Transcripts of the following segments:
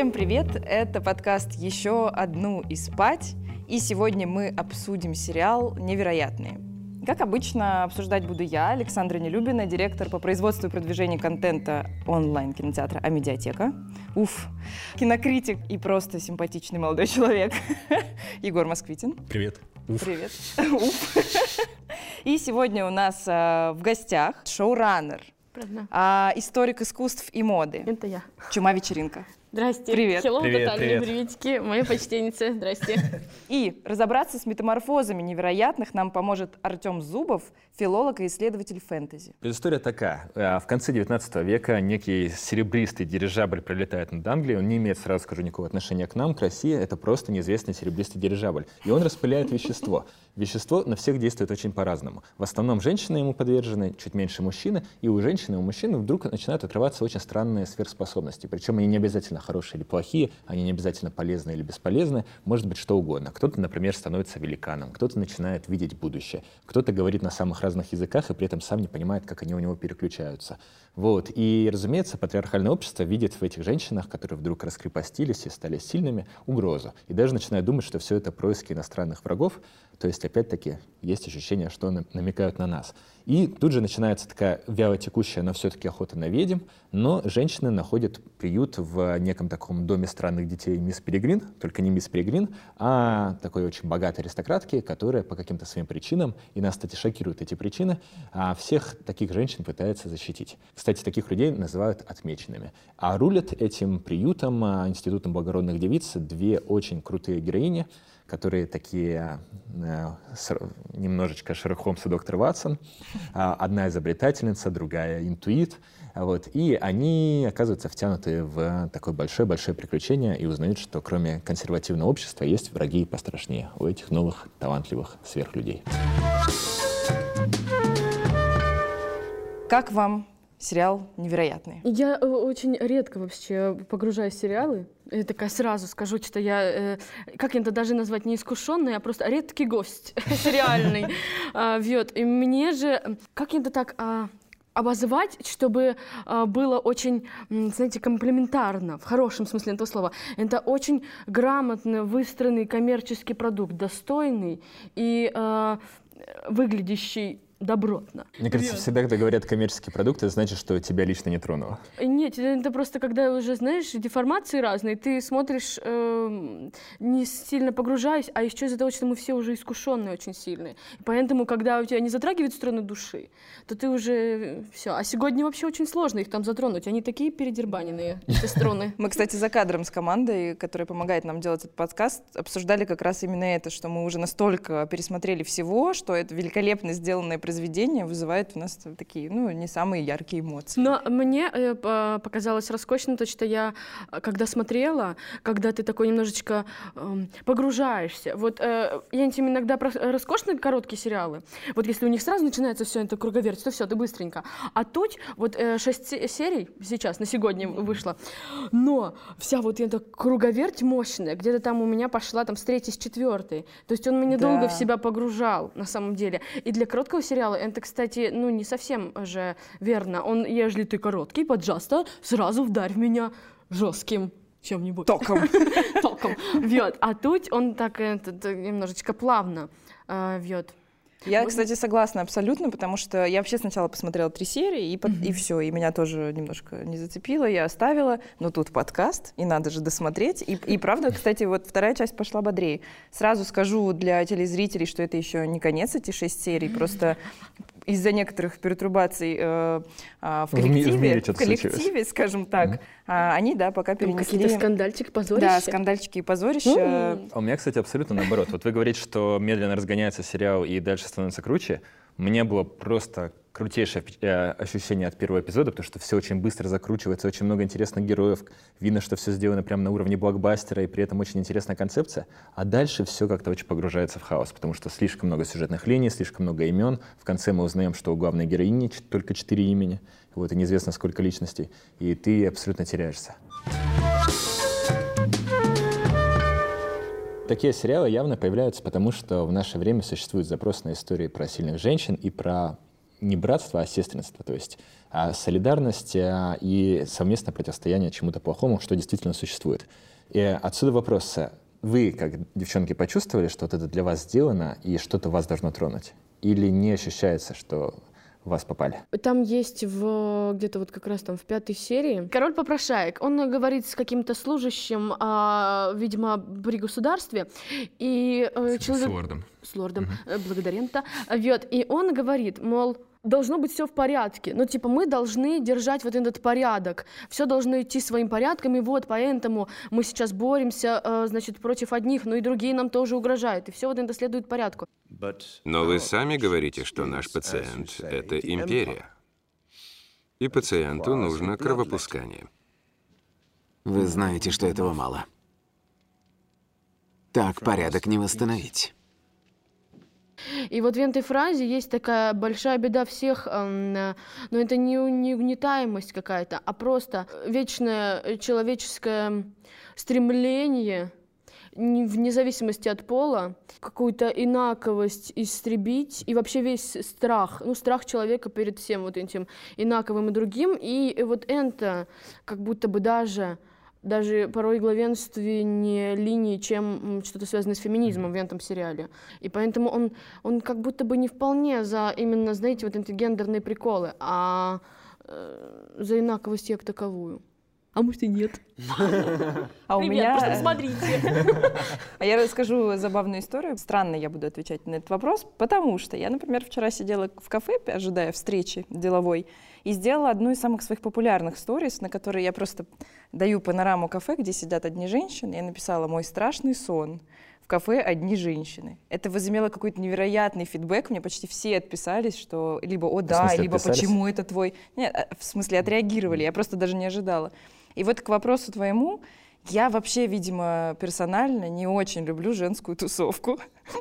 Всем привет! Это подкаст «Еще одну и спать». И сегодня мы обсудим сериал «Невероятные». Как обычно, обсуждать буду я, Александра Нелюбина, директор по производству и продвижению контента онлайн-кинотеатра «Амедиатека». Кинокритик и просто симпатичный молодой человек Егор Москвитин. Привет. Привет. И сегодня у нас в гостях шоураннер, историк искусств и моды. Это я. Чума-вечеринка. Здрасте. Привет. Hello, Привет, тотальные привет. приветики. Моя почтенница. Здрасте. И разобраться с метаморфозами невероятных нам поможет Артем Зубов, филолог и исследователь фэнтези. История такая. В конце 19 века некий серебристый дирижабль пролетает над Англией. Он не имеет, сразу скажу, никакого отношения к нам, к России. Это просто неизвестный серебристый дирижабль. И он распыляет вещество. Вещество на всех действует очень по-разному. В основном женщины ему подвержены, чуть меньше мужчины. И у женщины и у мужчины вдруг начинают открываться очень странные сверхспособности. Причем они не обязательно хорошие или плохие, они не обязательно полезные или бесполезные. Может быть что угодно. Кто-то, например, становится великаном, кто-то начинает видеть будущее, кто-то говорит на самых разных языках и при этом сам не понимает, как они у него переключаются. Вот. И, разумеется, патриархальное общество видит в этих женщинах, которые вдруг раскрепостились и стали сильными, угрозу. И даже начинает думать, что все это происки иностранных врагов. То есть, опять-таки, есть ощущение, что намекают на нас. И тут же начинается такая вялотекущая, но все-таки охота на ведьм. Но женщины находят приют в неком таком доме странных детей мисс Перегрин, только не мисс Перегрин, а такой очень богатой аристократки, которая по каким-то своим причинам, и нас, кстати, шокируют эти причины, всех таких женщин пытается защитить. Кстати, таких людей называют отмеченными. А рулят этим приютом, институтом благородных девиц, две очень крутые героини, которые такие немножечко Шерлок Холмс и доктор Ватсон. Одна изобретательница, другая интуит. Вот. И они оказываются втянуты в такое большое-большое приключение и узнают, что кроме консервативного общества есть враги пострашнее у этих новых талантливых сверхлюдей. Как вам сериал «Невероятные»? Я очень редко вообще погружаюсь в сериалы. Я такая сразу скажу, что я, как это даже назвать, не искушенный, а просто редкий гость сериальный. И мне же, как это так обозвать, чтобы было очень, знаете, комплементарно, в хорошем смысле этого слова. Это очень грамотно выстроенный коммерческий продукт, достойный и выглядящий добротно. Мне кажется, всегда, когда говорят коммерческий продукт, это значит, что тебя лично не тронуло. Нет, это просто когда уже, знаешь, деформации разные, ты смотришь, не сильно погружаясь, а еще из-за того, что мы все уже искушенные очень сильные. И поэтому, когда у тебя не затрагивают струны души, то ты уже все. А сегодня вообще очень сложно их там затронуть. Они такие передербаненные, эти струны. Мы, кстати, за кадром с командой, которая помогает нам делать этот подкаст, обсуждали как раз именно это, что мы уже настолько пересмотрели всего, что это великолепно сделанное произведение вызывает у нас такие, не самые яркие эмоции. Но мне показалось роскошно то, что я, когда смотрела, когда ты такой немножечко погружаешься. Вот я иногда роскошные короткие сериалы. Вот если у них сразу начинается все это круговерть, то все, ты быстренько. А тут вот 6 серий сейчас, на сегодня вышло, но вся вот эта круговерть мощная, где-то там у меня пошла там с 3-й, с 4-й. То есть он меня долго в себя погружал, на самом деле. И для короткого сериала это, кстати, не совсем же верно. Он, ежели ты короткий, поджасто, сразу вдарь в меня жестким чем-нибудь. Током. Током. Вьет. А тут он так немножечко плавно вьет. Я, кстати, согласна абсолютно, потому что я вообще сначала посмотрела 3 серии, и все, и меня тоже немножко не зацепило, я оставила, но тут подкаст, и надо же досмотреть, и правда, кстати, вот вторая часть пошла бодрее. Сразу скажу для телезрителей, что это еще не конец, эти 6 серий, просто из-за некоторых пертурбаций в коллективе, скажем так, они, пока перенесли... Какие-то скандальчики, позорища. Да, скандальчики и позорища. А у меня, кстати, абсолютно наоборот. Вот вы говорите, что медленно разгоняется сериал и дальше становится круче. У меня было просто крутейшее ощущение от первого эпизода, потому что все очень быстро закручивается, очень много интересных героев. Видно, что все сделано прямо на уровне блокбастера, и при этом очень интересная концепция. А дальше все как-то очень погружается в хаос, потому что слишком много сюжетных линий, слишком много имен. В конце мы узнаем, что у главной героини только 4 имени, и неизвестно сколько личностей, и ты абсолютно теряешься. Такие сериалы явно появляются, потому что в наше время существует запрос на истории про сильных женщин и про не братство, а сестринство, то есть солидарность и совместное противостояние чему-то плохому, что действительно существует. И отсюда вопрос. Вы, как девчонки, почувствовали, что вот это для вас сделано и что-то вас должно тронуть? Или не ощущается, что в вас попали? Там есть где-то вот как раз там в 5-й серии король-попрошаек. Он говорит с каким-то служащим, видимо, при государстве. И человек... С лордом. С лордом, благодарен-то. Вот, и он говорит, мол, должно быть все в порядке. Ну, типа, мы должны держать вот этот порядок. Все должно идти своим порядком, и вот поэтому мы сейчас боремся, значит, против одних, но и другие нам тоже угрожают. И все вот это следует порядку. Но вы сами говорите, что наш пациент — это империя. И пациенту нужно кровопускание. Вы знаете, что этого мало. Так порядок не восстановить. И вот в этой фразе есть такая большая беда всех, но это не угнетаемость какая-то, а просто вечное человеческое стремление, вне зависимости от пола, какую-то инаковость истребить, и вообще весь страх, страх человека перед всем вот этим инаковым и другим, и вот это как будто бы даже порой главенственнее линии, чем что-то связанное с феминизмом в этом сериале. И поэтому он как будто бы не вполне за именно, знаете, вот эти гендерные приколы, а за инаковость как таковую. А может и нет. А у меня... просто посмотрите. А я расскажу забавную историю. Странно я буду отвечать на этот вопрос, потому что я, например, вчера сидела в кафе, ожидая встречи деловой, и сделала одну из самых своих популярных сторис, на которой я просто даю панораму кафе, где сидят одни женщины. Я написала «Мой страшный сон». В кафе одни женщины. Это возымело какой-то невероятный фидбэк. Мне почти все отписались, что либо «О, да», либо «Почему это твой...» Нет, в смысле отреагировали, я просто даже не ожидала. И вот к вопросу твоему, я вообще, видимо, персонально не очень люблю женскую тусовку.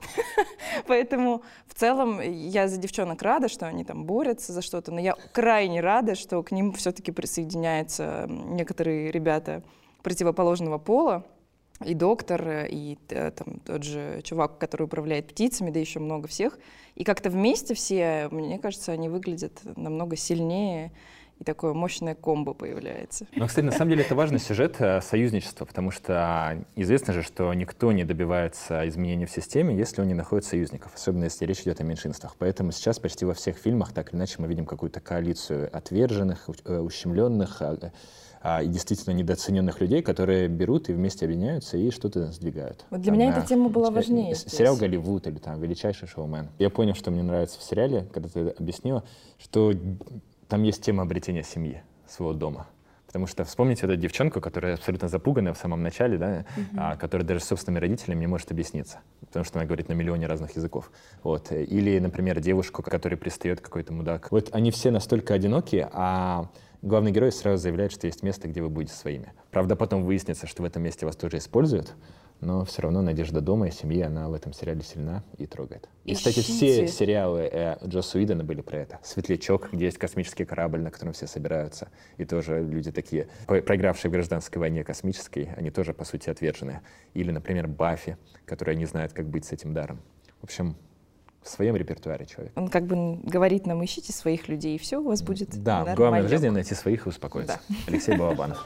Поэтому в целом я за девчонок рада, что они там борются за что-то, но я крайне рада, что к ним все-таки присоединяются некоторые ребята противоположного пола, и доктор, и там, тот же чувак, который управляет птицами, да еще много всех. И как-то вместе все, мне кажется, они выглядят намного сильнее, и такое мощное комбо появляется. Но, кстати, на самом деле это важный сюжет союзничества, потому что известно же, что никто не добивается изменений в системе, если он не находит союзников, особенно если речь идет о меньшинствах. Поэтому сейчас почти во всех фильмах так или иначе мы видим какую-то коалицию отверженных, ущемленных и действительно недооцененных людей, которые берут и вместе объединяются и что-то сдвигают. Вот для меня эта тема была важнее. Сериал «Голливуд» или там «Величайший шоумен». Я понял, что мне нравится в сериале, когда ты объяснила, что там есть тема обретения семьи, своего дома. Потому что вспомните эту девчонку, которая абсолютно запуганная в самом начале, да, которая даже с собственными родителями не может объясниться, потому что она говорит на миллионе разных языков. Вот. Или, например, девушку, которой пристает какой-то мудак. Вот они все настолько одиноки, а главный герой сразу заявляет, что есть место, где вы будете своими. Правда, потом выяснится, что в этом месте вас тоже используют, но все равно надежда дома и семьи, она в этом сериале сильна и трогает. И, кстати, все сериалы Джосса Уидона были про это. «Светлячок», где есть космический корабль, на котором все собираются. И тоже люди такие, проигравшие в гражданской войне космической, они тоже, по сути, отверженные. Или, например, «Баффи», которая не знает, как быть с этим даром. В общем, в своем репертуаре человек. Он как бы говорит нам: ищите своих людей, и все у вас будет нормально. Главное в жизни — найти своих и успокоиться. Да. Алексей Балабанов.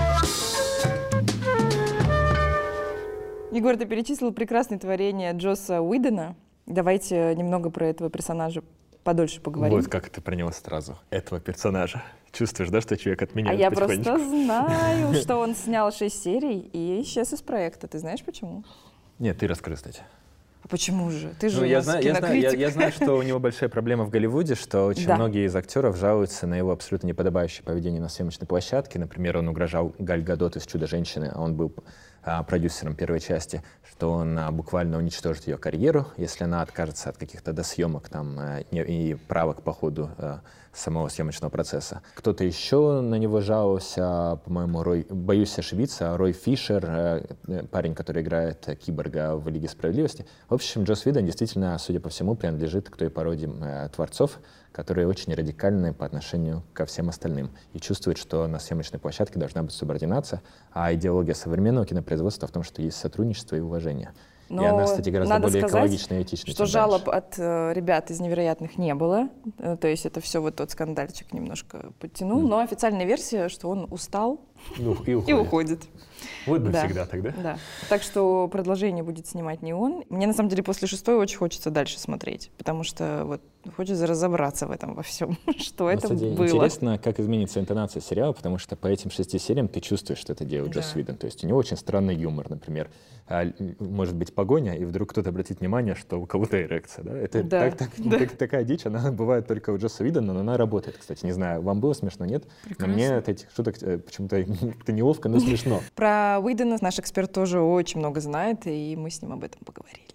Егор, ты перечислил прекрасные творения Джосса Уидона. Давайте немного про этого персонажа подольше поговорим. Вот как ты про него сразу, этого персонажа. Чувствуешь, да, что человек отменяет я просто знаю, что он снял 6 серий и исчез из проекта. Ты знаешь почему? Нет, ты расскажи, кстати. А почему же? Ты же я знаю, что у него большая проблема в Голливуде, что очень многие из актеров жалуются на его абсолютно неподобающее поведение на съемочной площадке. Например, он угрожал Галь Гадот из «Чудо-женщины», а он был продюсером первой части, что он буквально уничтожит ее карьеру, если она откажется от каких-то досъемок там, и правок по ходу самого съемочного процесса. Кто-то еще на него жаловался, по-моему, боюсь ошибиться, Рой Фишер, парень, который играет киборга в «Лиге справедливости». В общем, Джосс Уидон действительно, судя по всему, принадлежит к той породе творцов, которые очень радикальны по отношению ко всем остальным и чувствуют, что на съемочной площадке должна быть субординация, а идеология современного кинопроизводства в том, что есть сотрудничество и уважение. Но и она, кстати, гораздо надо более сказать, экологичная и этичная, что чем жалоб раньше. от ребят из «Невероятных» не было. То есть это все вот тот скандальчик немножко подтянул. Но официальная версия, что он устал и уходит. Вот бы Да. всегда тогда. Да. Так что продолжение будет снимать не он. Мне, на самом деле, после 6-й очень хочется дальше смотреть, потому что вот хочется разобраться в этом во всем, что это Кстати, было. интересно, как изменится интонация сериала, потому что по этим 6 сериям ты чувствуешь, что это делает Джосс Уидон. То есть у него очень странный юмор, например. Может быть погоня, и вдруг кто-то обратит внимание, что у кого-то эрекция. Да? Это такая дичь, она бывает только у Джосса Уидона, но она работает, кстати. Не знаю, вам было смешно, нет? Прекрасно. Но мне от этих шуток почему-то это неловко, но смешно. Про Уидона наш эксперт тоже очень много знает, и мы с ним об этом поговорили.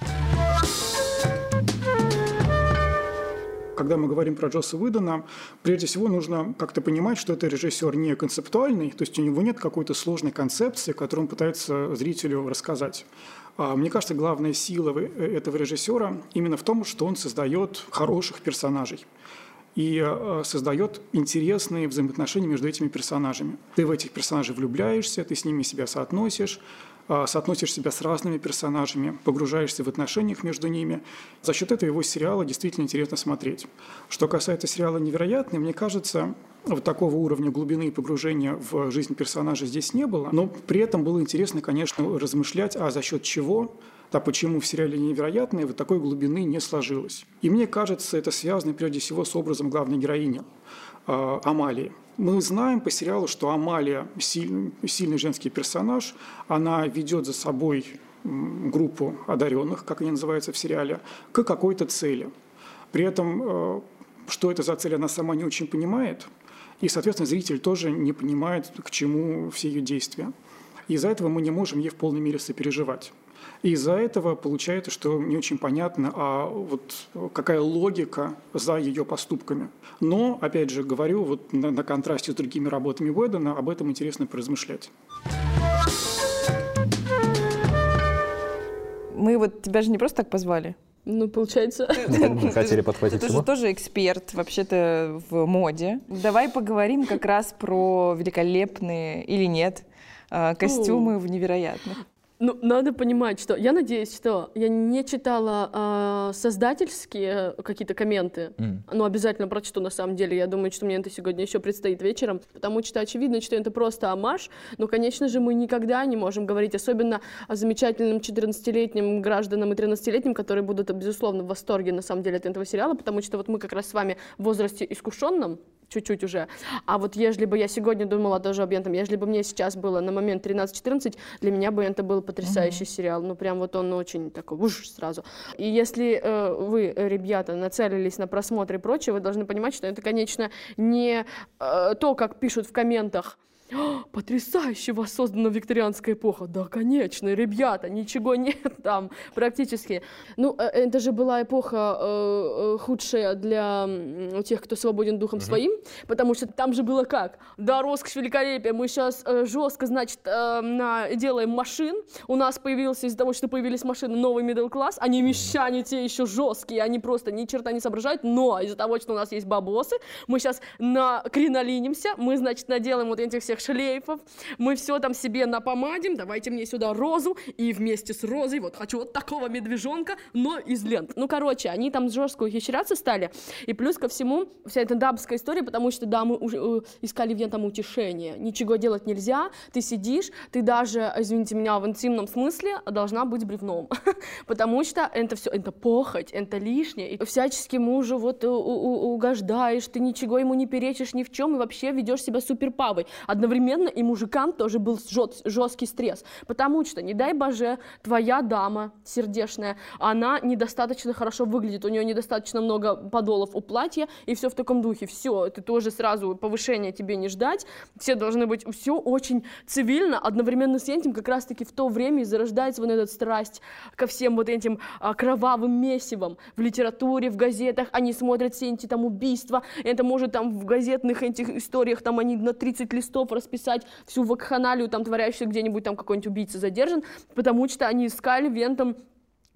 Когда мы говорим про Джосса Уидона, прежде всего нужно как-то понимать, что это режиссер не концептуальный, то есть у него нет какой-то сложной концепции, которую он пытается зрителю рассказать. Мне кажется, главная сила этого режиссера именно в том, что он создает хороших персонажей и создает интересные взаимоотношения между этими персонажами. Ты в этих персонажей влюбляешься, ты с ними себя соотносишь себя с разными персонажами, погружаешься в отношениях между ними. За счет этого его сериала действительно интересно смотреть. Что касается сериала «Невероятный», мне кажется, вот такого уровня глубины и погружения в жизнь персонажа здесь не было, но при этом было интересно, конечно, размышлять, за счет чего, почему в сериале «Невероятный» вот такой глубины не сложилось. И мне кажется, это связано прежде всего с образом главной героини Амалии. Мы знаем по сериалу, что Амалия сильный женский персонаж, она ведет за собой группу одаренных, как они называются в сериале, к какой-то цели. При этом, что это за цель, она сама не очень понимает, и, соответственно, зритель тоже не понимает, к чему все ее действия. Из-за этого мы не можем ей в полной мере сопереживать. И из-за этого получается, что не очень понятно, какая логика за ее поступками. Но, опять же, говорю, на контрасте с другими работами Уидона об этом интересно поразмышлять. Мы тебя же не просто так позвали. Ну, получается... Хотели подхватить Ты тему? же тоже эксперт вообще-то в моде. Давай поговорим как раз про великолепные или нет костюмы в «Невероятных». Ну, надо понимать, что... Я надеюсь, что я не читала создательские какие-то комменты, но обязательно прочту на самом деле. Я думаю, что мне это сегодня еще предстоит вечером, потому что очевидно, что это просто омаж. Но, конечно же, мы никогда не можем говорить, особенно о замечательным 14-летним гражданам и 13-летним, которые будут, безусловно, в восторге, на самом деле, от этого сериала, потому что вот мы как раз с вами в возрасте искушенном, чуть-чуть уже. А вот если бы я сегодня думала тоже об этом, если бы мне сейчас было на момент 13-14, для меня бы это был потрясающий сериал. Ну, прям вот он очень такой, сразу. И если вы, ребята, нацелились на просмотр и прочее, вы должны понимать, что это, конечно, не то, как пишут в комментах, потрясающе воссоздана викторианская эпоха. Да, конечно, ребята, ничего нет там практически. Ну, это же была эпоха худшая для тех, кто свободен духом своим, потому что там же было как? Да, роскошь, великолепие. Мы сейчас жестко, значит, делаем машин. У нас появился из-за того, что появились машины, новый middle class. Они мещане те еще жесткие, они просто ни черта не соображают, но из-за того, что у нас есть бабосы, мы сейчас накринолинимся, мы, значит, наделаем вот этих всех шлейфов, мы все там себе напомадим, давайте мне сюда розу, и вместе с розой вот хочу вот такого медвежонка, но из лент. Ну, короче, они там жестко ухищряться стали, и плюс ко всему вся эта дабская история, потому что, да, мы уже искали в ней там утешение, ничего делать нельзя, ты сидишь, ты даже, извините меня, в интимном смысле должна быть бревном, потому что это все, это похоть, это лишнее, и всячески мужу вот угождаешь, ты ничего ему не перечишь ни в чем, и вообще ведешь себя суперпавой. Одновременно и мужикам тоже был жесткий стресс, потому что, не дай боже, твоя дама сердечная, она недостаточно хорошо выглядит, у нее недостаточно много подолов у платья, и все в таком духе, все, ты тоже сразу повышения тебе не ждать, все должны быть, все очень цивильно, одновременно с этим как раз-таки в то время и зарождается вот эта страсть ко всем вот этим кровавым месивам в литературе, в газетах, они смотрят все эти там убийства, это может там в газетных этих историях, там они на 30 листов расписать всю вакханалию, там творящуюся где-нибудь, там какой-нибудь убийца задержан, потому что они искали вентом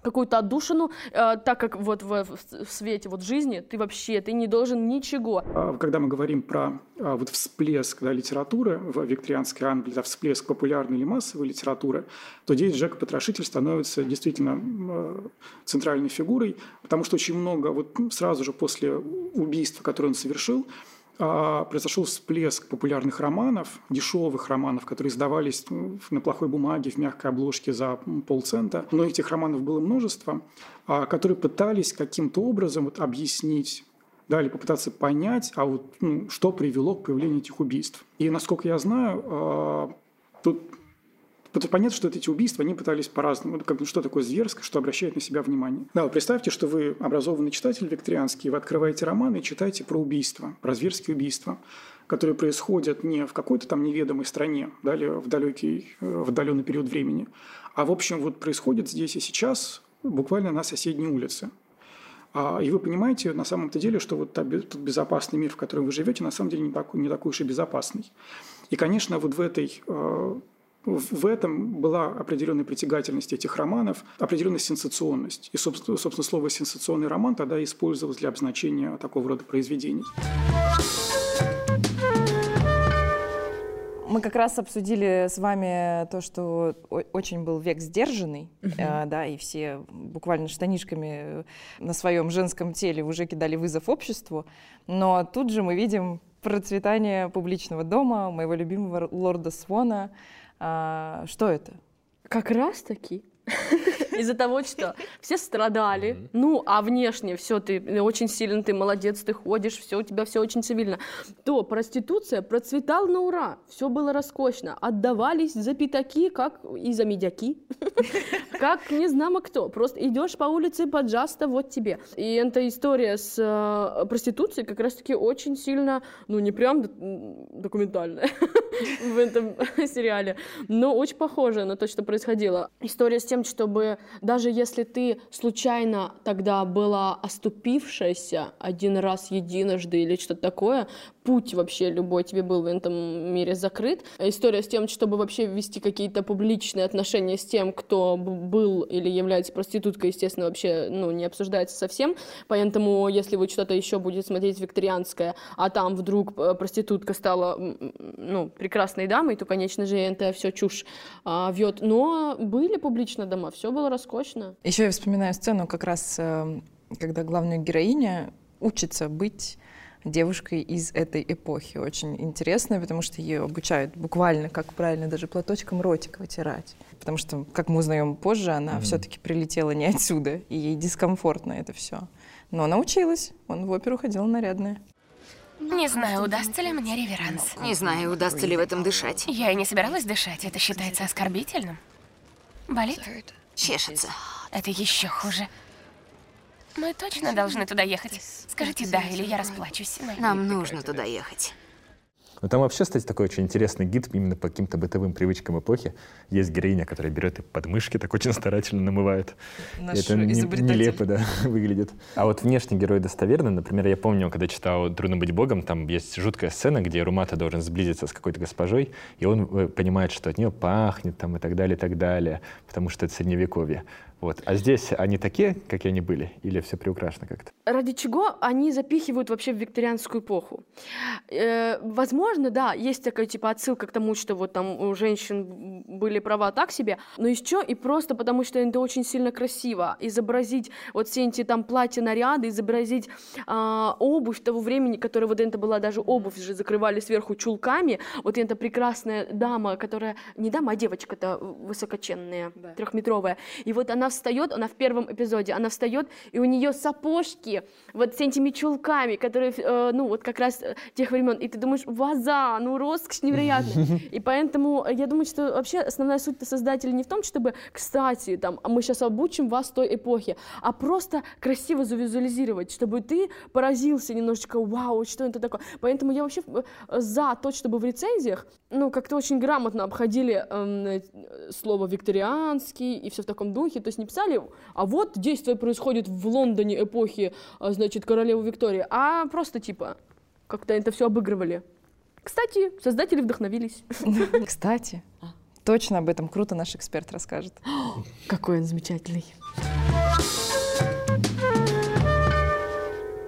какую-то отдушину, так как вот в свете вот жизни ты не должен ничего. Когда мы говорим про вот всплеск литературы в викторианской Англии, всплеск популярной или массовой литературы, то здесь Джек-потрошитель становится действительно центральной фигурой, потому что очень много, вот сразу же после убийства, которое он совершил, произошел всплеск популярных романов, дешевых романов, которые издавались на плохой бумаге, в мягкой обложке за полцента. Но этих романов было множество, которые пытались каким-то образом объяснить, или попытаться понять, что привело к появлению этих убийств. И, насколько я знаю, тут понятно, что эти убийства, они пытались по-разному. Что такое зверское, что обращает на себя внимание. Да, представьте, что вы образованный читатель викторианский, вы открываете роман и читаете про убийства, про зверские убийства, которые происходят не в какой-то там неведомой стране, или в отдаленный период времени, а в общем вот происходит здесь и сейчас, буквально на соседней улице. И вы понимаете на самом-то деле, что вот тот безопасный мир, в котором вы живете, на самом деле не такой уж и безопасный. И, конечно, вот в этом была определенная притягательность этих романов, определенная сенсационность. И, собственно, слово «сенсационный роман» тогда использовалось для обозначения такого рода произведений. Мы как раз обсудили с вами то, что очень был век сдержанный, и все буквально штанишками на своем женском теле уже кидали вызов обществу, но тут же мы видим процветание публичного дома, моего любимого лорда Свона. Что это? Как раз-таки из-за того, что все страдали, а внешне все, ты очень сильно, ты молодец, ты ходишь, все, у тебя все очень цивильно, то проституция процветала на ура, все было роскошно, отдавались за пятаки, как и за медяки, как не знамо кто, просто идешь по улице, поджаста, вот тебе. И эта история с проституцией как раз-таки очень сильно, не прям документальная в этом сериале, но очень похожая на то, что происходило. История с тем, чтобы даже если ты случайно тогда была оступившаяся один раз, единожды или что-то такое, путь вообще любой тебе был в этом мире закрыт. История с тем, чтобы вообще вести какие-то публичные отношения с тем, кто был или является проституткой, естественно, вообще не обсуждается совсем. Поэтому, если вы что-то еще будете смотреть викторианское, а там вдруг проститутка стала прекрасной дамой, то, конечно же, это все чушь вьет. Но были публичные дома, все было роскошно. Еще я вспоминаю сцену как раз, когда главная героиня учится быть девушкой из этой эпохи. Очень интересная, потому что ее обучают буквально, как правильно даже платочком ротик вытирать. Потому что, как мы узнаем позже, она все-таки прилетела не отсюда, и ей дискомфортно это все. Но она училась, он в оперу ходила нарядная. Не знаю, удастся ли мне реверанс. Не знаю, удастся ли в этом дышать. Я и не собиралась дышать, это считается оскорбительным. Болит? Чешется. Это еще хуже. Мы точно должны туда ехать? Скажите «да», или я расплачусь. Нам нужно туда ехать. Но там вообще, кстати, такой очень интересный гид именно по каким-то бытовым привычкам эпохи. Есть героиня, которая берет и подмышки так очень старательно намывает. Это нелепо, выглядит. А вот внешний герой достоверный. Например, я помню, когда читал «Трудно быть богом», там есть жуткая сцена, где Румата должен сблизиться с какой-то госпожой, и он понимает, что от нее пахнет там, и так далее, потому что это средневековье. Вот. А здесь они такие, какие они были, или все приукрашено как-то? Ради чего они запихивают вообще в викторианскую эпоху? Возможно, да, есть такая отсылка к тому, что вот там у женщин были права так себе, но еще и просто потому, что это очень сильно красиво. Изобразить вот все эти там платья, наряды, изобразить обувь того времени, которая вот это была даже обувь же закрывали сверху чулками. Вот эта прекрасная дама, которая не дама, а девочка-то высокоченная, трехметровая. И вот она встает, она в первом эпизоде, она встает, и у нее сапожки вот с этими чулками, которые, вот как раз тех времен. И ты думаешь, ваза, роскошь невероятная. И поэтому я думаю, что вообще основная суть создателя не в том, чтобы, кстати, мы сейчас обучим вас той эпохи, а просто красиво завизуализировать, чтобы ты поразился немножечко, вау, что это такое. Поэтому я вообще за то, чтобы в рецензиях, как-то очень грамотно обходили слово викторианский и все в таком духе. То есть не писали, а вот действие происходит в Лондоне эпохи, королевы Виктории, а просто как-то это все обыгрывали. Кстати, создатели вдохновились. Кстати, точно об этом круто наш эксперт расскажет. Какой он замечательный.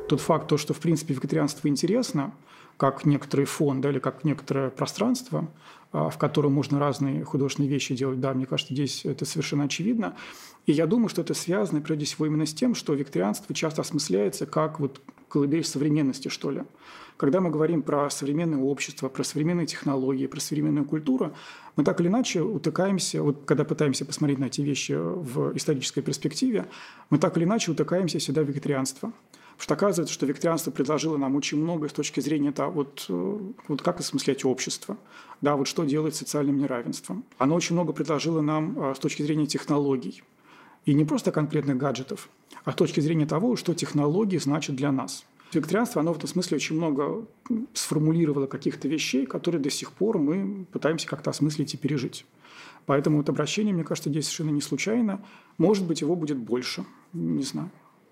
Тот факт, что, в принципе, вегетарианство интересно, как некоторый фон, да, или как некоторое пространство, в котором можно разные художественные вещи делать, да, мне кажется, здесь это совершенно очевидно. И я думаю, что это связано, прежде всего, именно с тем, что вегетарианство часто осмысляется как вот колыбель современности, что ли. Когда мы говорим про современное общество, про современные технологии, про современную культуру, мы так или иначе утыкаемся, вот когда пытаемся посмотреть на эти вещи в исторической перспективе, мы так или иначе утыкаемся всегда в вегетарианство. Потому что оказывается, что вегетарианство предложило нам очень много с точки зрения того, вот как осмыслять общество, да, вот что делать с социальным неравенством. Оно очень много предложило нам с точки зрения технологий. И не просто конкретных гаджетов, а с точки зрения того, что технологии значат для нас. Вегетарианство, оно в этом смысле очень много сформулировало каких-то вещей, которые до сих пор мы пытаемся как-то осмыслить и пережить. Поэтому вот обращение, мне кажется, здесь совершенно не случайно. Может быть, его будет больше. Не знаю.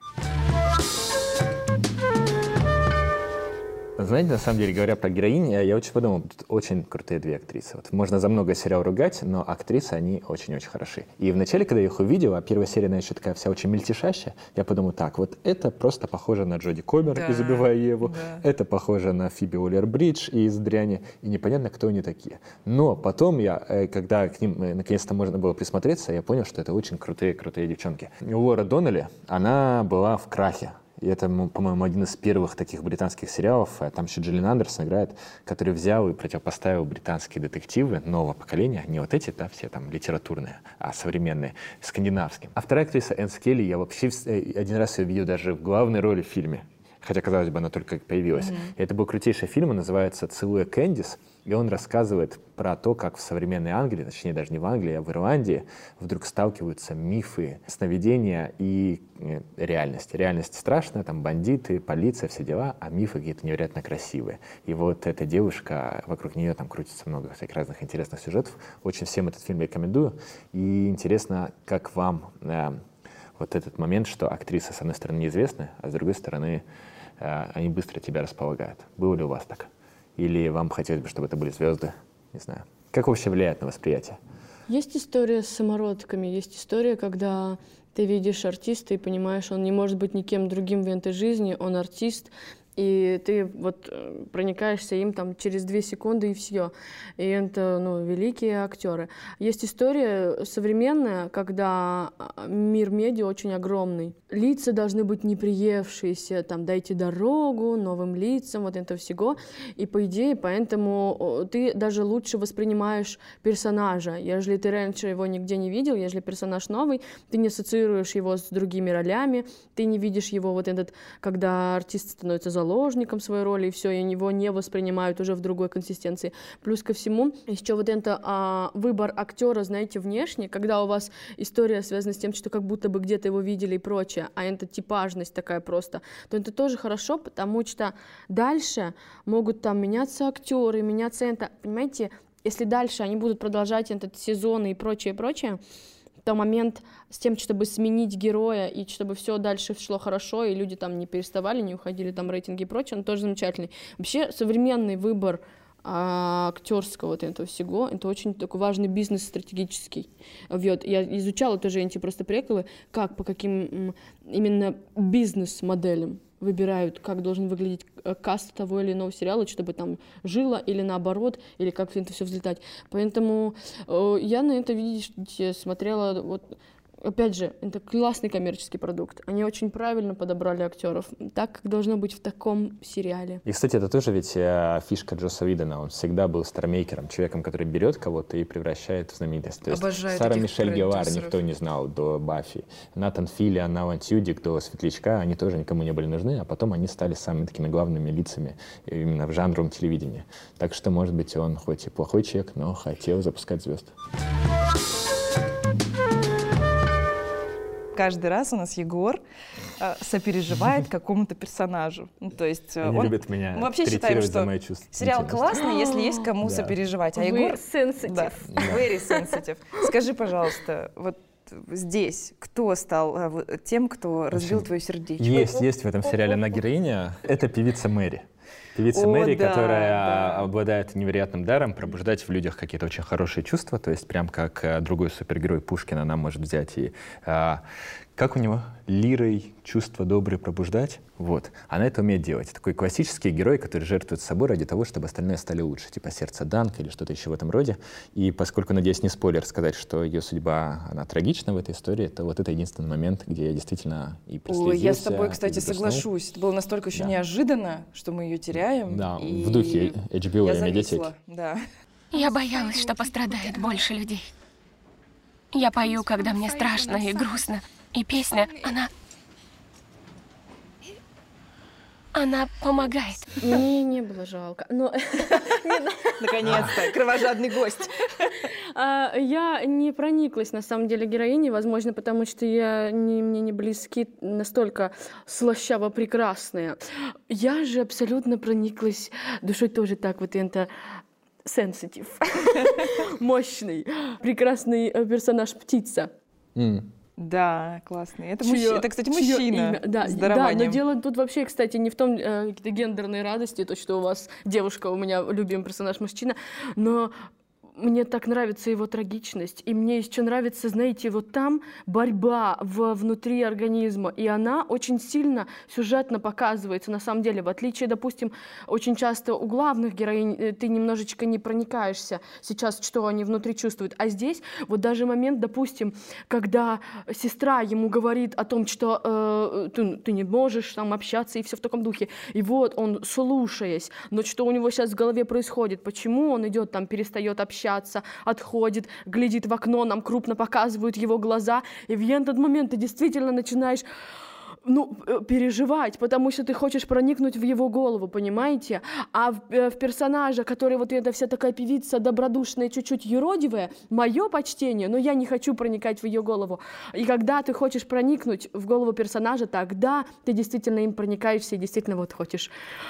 Знаете, на самом деле, говоря про героинь, я очень подумал, тут очень крутые две актрисы. Вот можно за много сериал ругать, но актрисы, они очень-очень хороши. И вначале, когда я их увидел, а первая серия, она еще такая вся очень мельтешащая, я подумал, так, вот это просто похоже на Джоди Кобер из «Убивая Еву», это похоже на Фиби Уоллер-Бридж из «Дряни», и непонятно, кто они такие. Но потом я, когда к ним наконец-то можно было присмотреться, я понял, что это очень крутые девчонки. Лора Доннелли, она была в «Крахе». И это, по-моему, один из первых таких британских сериалов, там еще Джиллиан Андерсон играет, который взял и противопоставил британские детективы нового поколения, не вот эти, да, все там литературные, а современные, скандинавским. А вторая актриса Энн Скелли, я вообще один раз ее видел даже в главной роли в фильме, хотя, казалось бы, она только появилась. И это был крутейший фильм, он называется «Целуя Кэндис», и он рассказывает про то, как в современной Англии, точнее даже не в Англии, а в Ирландии, вдруг сталкиваются мифы, сновидения и реальность. Реальность страшная, там бандиты, полиция, все дела, а мифы какие-то невероятно красивые. И вот эта девушка, вокруг нее там крутится много всяких разных интересных сюжетов. Очень всем этот фильм рекомендую. И интересно, как вам вот этот момент, что актрисы, с одной стороны, неизвестны, а с другой стороны, они быстро тебя располагают. Было ли у вас так? Или вам хотелось бы, чтобы это были звезды? Не знаю. Как вообще влияет на восприятие? Есть история с самородками, есть история, когда ты видишь артиста и понимаешь, он не может быть никем другим в этой жизни, он артист, и ты вот проникаешься им там через 2 секунды и все. И это, великие актеры. Есть история современная, когда мир медиа очень огромный. Лица должны быть не приевшиеся, там, дайте дорогу новым лицам, вот это всего. И по идее, поэтому ты даже лучше воспринимаешь персонажа. Если ты раньше его нигде не видел, если персонаж новый, ты не ассоциируешь его с другими ролями, ты не видишь его вот этот, когда артист становится заложником своей роли, и все, и его не воспринимают уже в другой консистенции. Плюс ко всему, еще вот это выбор актера, знаете, внешне, когда у вас история связана с тем, что как будто бы где-то его видели и прочее, а это типажность такая просто, то это тоже хорошо, потому что дальше могут там меняться актеры, меняться это, понимаете, если дальше они будут продолжать этот сезон и прочее, то момент с тем, чтобы сменить героя и чтобы все дальше шло хорошо, и люди там не переставали, не уходили там рейтинги и прочее, он тоже замечательный. Вообще современный выбор актерского вот этого всего, это очень такой важный бизнес стратегический. Вот. Я изучала тоже эти просто приколы, как, по каким именно бизнес-моделям выбирают, как должен выглядеть каст того или иного сериала, чтобы там жило или наоборот, или как это все взлетать. Поэтому я на это, видите, смотрела, вот, опять же, это классный коммерческий продукт. Они очень правильно подобрали актеров, так, как должно быть в таком сериале. И, кстати, это тоже ведь фишка Джосса Уидона. Он всегда был стармейкером, человеком, который берет кого-то и превращает в знаменитость. То есть Сара Мишель Геллар никто не знал до Баффи. Натан Филлиан, Алан Тьюдик до Светлячка, они тоже никому не были нужны, а потом они стали самыми такими главными лицами именно в жанровом телевидении. Так что, может быть, он хоть и плохой человек, но хотел запускать звезд. Каждый раз у нас Егор сопереживает какому-то персонажу. То есть они любят меня мы вообще считаем, что сериал классный, если есть кому сопереживать. А Егор... Sensitive. Very sensitive. Скажи, пожалуйста, вот здесь кто стал тем, кто разбил твое сердечко? Есть в этом сериале одна героиня. Это певица Мэри. Певица О, Мэри, да, которая да. обладает невероятным даром пробуждать в людях какие-то очень хорошие чувства, то есть прям как другой супергерой Пушкин она может взять и, как у него, лирой чувства добрые пробуждать, вот. Она это умеет делать. Такой классический герой, который жертвует собой ради того, чтобы остальные стали лучше, типа «Сердце Данка» или что-то еще в этом роде. И поскольку, надеюсь, не спойлер сказать, что ее судьба, она трагична в этой истории, то вот это единственный момент, где я действительно и прослезился. Ой, я с тобой, кстати, и грустнул. соглашусь. Это было настолько еще Да. неожиданно, что мы ее теряем. Да, и в духе HBO я и медиатеки. зависла, да. Я боялась, что пострадает больше людей. Я пою, когда мне страшно и грустно. И песня, она помогает. Мне не было жалко. Но Наконец-то, кровожадный гость. я не прониклась, на самом деле, героиней, возможно, потому что мне не близки настолько слащаво прекрасные. Я же абсолютно прониклась душой тоже так вот это сенситив. Мощный, прекрасный персонаж птица. Да, классный. Это, Чье- это, кстати, чье мужчина имя- Да, с да, но дарованием. дело тут вообще, кстати, не в том какие-то гендерные радости, то, что у вас девушка, у меня любимый персонаж мужчина, но мне так нравится его трагичность, и мне еще нравится, знаете, вот там борьба внутри организма, и она очень сильно сюжетно показывается, на самом деле, в отличие, допустим, очень часто у главных героинь ты немножечко не проникаешься сейчас, что они внутри чувствуют, а здесь вот даже момент, допустим, когда сестра ему говорит о том, что ты не можешь там общаться и все в таком духе, и вот он, слушаясь, но что у него сейчас в голове происходит, почему он идет там, перестает общаться, отходит, глядит в окно, нам крупно показывают его глаза, и в этот момент ты действительно начинаешь переживать, потому что ты хочешь проникнуть в его голову, понимаете? А в персонажа, который вот эта вся такая певица добродушная, чуть-чуть юродивая, мое почтение, но я не хочу проникать в ее голову. И когда ты хочешь проникнуть в голову персонажа, тогда ты действительно им проникаешься и действительно вот хочешь...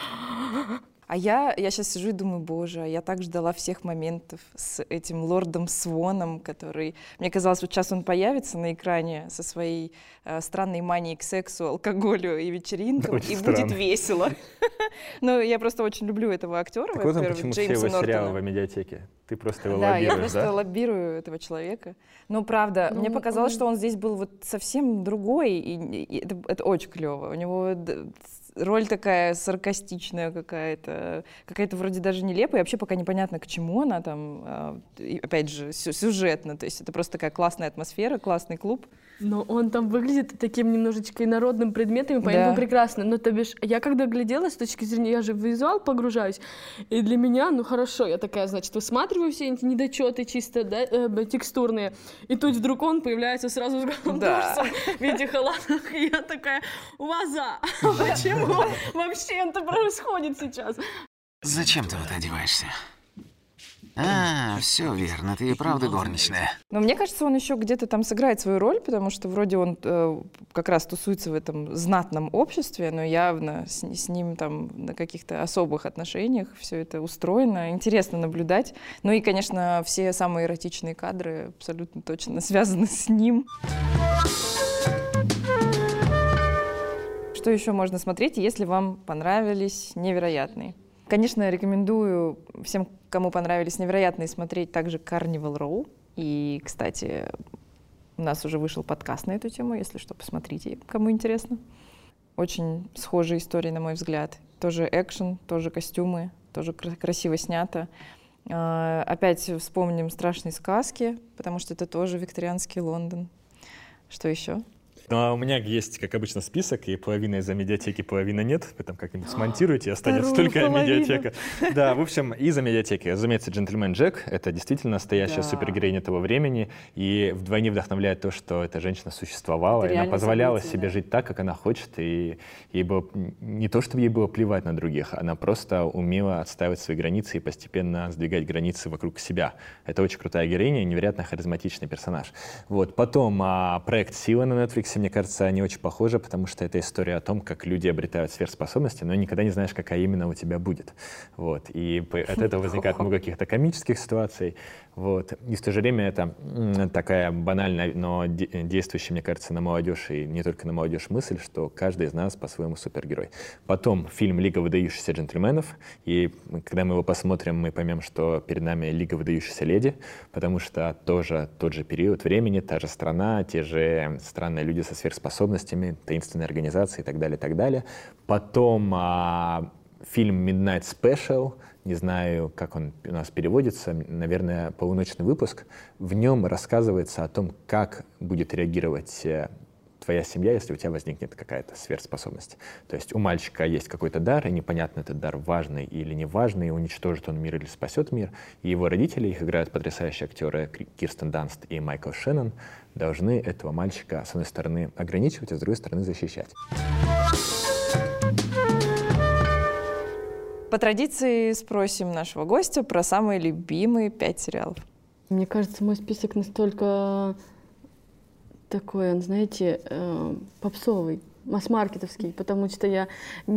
А я сейчас сижу и думаю, боже, я так ждала всех моментов с этим лордом Своном, который, мне казалось, вот сейчас он появится на экране со своей странной манией к сексу, алкоголю и вечеринкам, Очень и странно. будет весело. Ну, я просто очень люблю этого актера, Так вот он во-первых, почему все Джеймса его сериалы в Нортона. медиатеке. Ты просто его Да, я лоббируешь, просто да? лоббирую этого человека. Ну, правда, мне показалось, что он здесь был вот совсем другой, и это очень клево. У него роль такая саркастичная какая-то вроде даже нелепая, и вообще пока непонятно, к чему она там, и, опять же, сюжетно, то есть это просто такая классная атмосфера, классный клуб. Но он там выглядит таким немножечко инородным предметом, и поэтому Да. прекрасно. Но то бишь, я когда гляделась с точки зрения, я же в визуал погружаюсь, и для меня, ну хорошо, я такая, значит, высматриваю все эти недочеты чисто, да, текстурные, и тут вдруг он появляется сразу с голым Да. торсом в виде халатах, и я такая, ваза, почему вообще это происходит сейчас? Зачем ты вот одеваешься? А, все верно, ты и правда горничная. Но мне кажется, он еще где-то там сыграет свою роль, потому что вроде он как раз тусуется в этом знатном обществе, но явно с ним там на каких-то особых отношениях все это устроено. Интересно наблюдать. Ну и, конечно, все самые эротичные кадры абсолютно точно связаны с ним. Что еще можно смотреть, если вам понравились «Невероятные»? Конечно, рекомендую всем, кому понравились «Невероятные», смотреть также «Carnival Row». И, кстати, у нас уже вышел подкаст на эту тему, если что, посмотрите, кому интересно. Очень схожие истории, на мой взгляд. Тоже экшен, тоже костюмы, тоже красиво снято. Опять вспомним «Страшные сказки», потому что это тоже викторианский Лондон. Что еще? Ну, а у меня есть, как обычно, список, и половина из-за медиатеки, половина нет. Вы там как-нибудь смонтируете, и останется Вторую только половину. медиатека. Да, в общем, из-за медиатеки. Разумеется, «Джентльмен Джек» — это действительно настоящая Да. супергероиня того времени, и вдвойне вдохновляет то, что эта женщина существовала, Это и она реальное позволяла событие, себе да. жить так, как она хочет, и ей было не то, чтобы ей было плевать на других, она просто умела отстаивать свои границы и постепенно сдвигать границы вокруг себя. Это очень крутая героиня и невероятно харизматичный персонаж. Вот. Потом проект «Сила» на Netflix, «Офисе», мне кажется, они очень похожи, потому что это история о том, как люди обретают сверхспособности, но никогда не знаешь, какая именно у тебя будет. Вот. И от этого возникает много каких-то комических ситуаций. Вот. И в то же время это такая банальная, но действующая, мне кажется, на молодежь и не только на молодежь мысль, что каждый из нас по-своему супергерой. Потом фильм «Лига выдающихся джентльменов», и когда мы его посмотрим, мы поймем, что перед нами «Лига выдающихся леди», потому что тоже тот же период времени, та же страна, те же странные люди со сверхспособностями, таинственные организации и так далее, и так далее. Потом фильм «Midnight Special», не знаю, как он у нас переводится, наверное, «Полуночный выпуск». В нем рассказывается о том, как будет реагировать твоя семья, если у тебя возникнет какая-то сверхспособность. То есть у мальчика есть какой-то дар, и непонятно, этот дар важный или не важный, уничтожит он мир или спасет мир. И его родители, их играют потрясающие актеры Кирстен Данст и Майкл Шеннон, должны этого мальчика, с одной стороны, ограничивать, а с другой стороны, защищать. По традиции спросим нашего гостя про самые любимые 5 сериалов. Мне кажется, мой список настолько такой, он, знаете, попсовый, масс-маркетовский, потому что я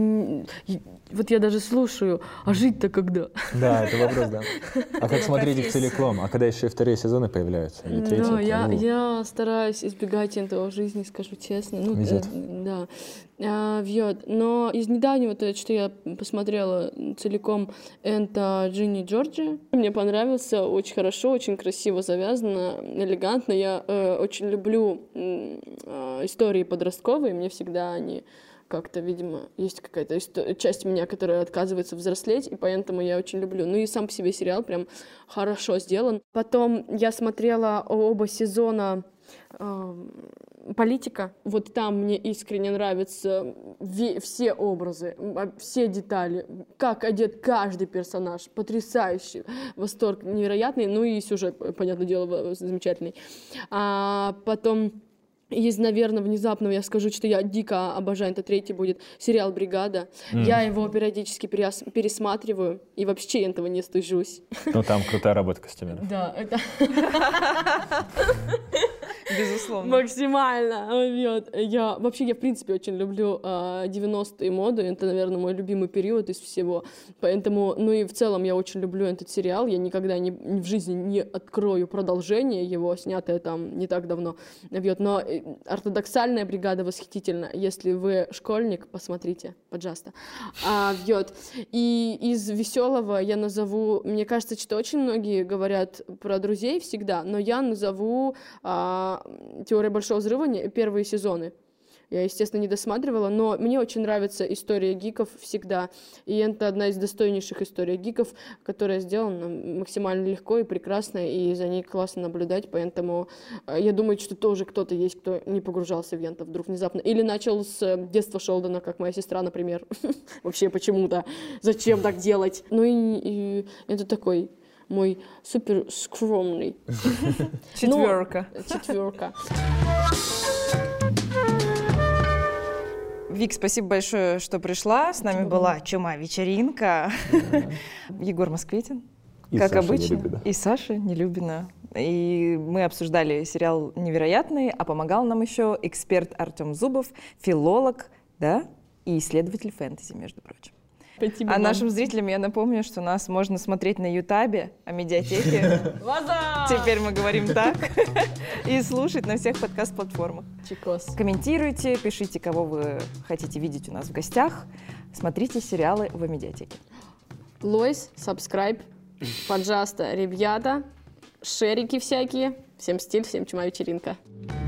даже слушаю, а жить-то когда? Да, это вопрос, да. А как смотреть их целиком? А когда еще и вторые сезоны появляются? Или третий? Да, я стараюсь избегать этого в жизни, скажу честно. Да. Но из недавнего, что я посмотрела целиком, это «Джинни и Джорджи». Мне понравился, очень хорошо, очень красиво завязано, элегантно. Я очень люблю истории подростковые, мне всегда они как-то, видимо, есть какая-то часть меня, которая отказывается взрослеть, и поэтому я очень люблю. Ну и сам по себе сериал прям хорошо сделан. Потом я смотрела оба сезона «Политика». Вот там мне искренне нравятся все образы, все детали, как одет каждый персонаж. Потрясающий, восторг невероятный, ну и сюжет, понятное дело, замечательный. А потом есть, наверное, внезапно я скажу, что я дико обожаю, это третий будет сериал «Бригада». Я его периодически пересматриваю, и вообще этого не стыжусь. Ну, там крутая работа костюмеров. Да, это... Безусловно. Максимально. Я, в принципе, очень люблю 90-е моды. Это, наверное, мой любимый период из всего. Поэтому, ну и в целом я очень люблю этот сериал. Я никогда в жизни не открою продолжение его, снятое там не так давно. Но ортодоксальная «Бригада» восхитительна. Если вы школьник, посмотрите, пожалуйста. И из веселого я назову... Мне кажется, что очень многие говорят про «Друзей» всегда, но я назову «Теория большого взрыва», первые сезоны. Я, естественно, не досматривала, но мне очень нравится история гиков всегда. И это одна из достойнейших историй гиков, которая сделана максимально легко и прекрасно, и за ней классно наблюдать. Поэтому я думаю, что тоже кто-то есть, кто не погружался в Янта вдруг внезапно. Или начал с детства Шелдона, как моя сестра, например. Вообще почему-то. Зачем так делать? Ну и это такой... мой супер скромный. Четверка. Вик, спасибо большое, что пришла. С нами была Чума-вечеринка. Егор Москвитин, как обычно. И Саша Нелюбина. И мы обсуждали сериал «Невероятный», а помогал нам еще эксперт Артем Зубов, филолог, да, и исследователь фэнтези, между прочим. Спасибо а вам. нашим зрителям я напомню, что нас можно смотреть на Ютабе, о медиатеке. Теперь мы говорим так. И слушать на всех подкаст-платформах. Чикос. Комментируйте, пишите, кого вы хотите видеть у нас в гостях. Смотрите сериалы в медиатеке. Лойс, subscribe, пожалуйста, ребята, шерики всякие. Всем стиль, всем чума вечеринка.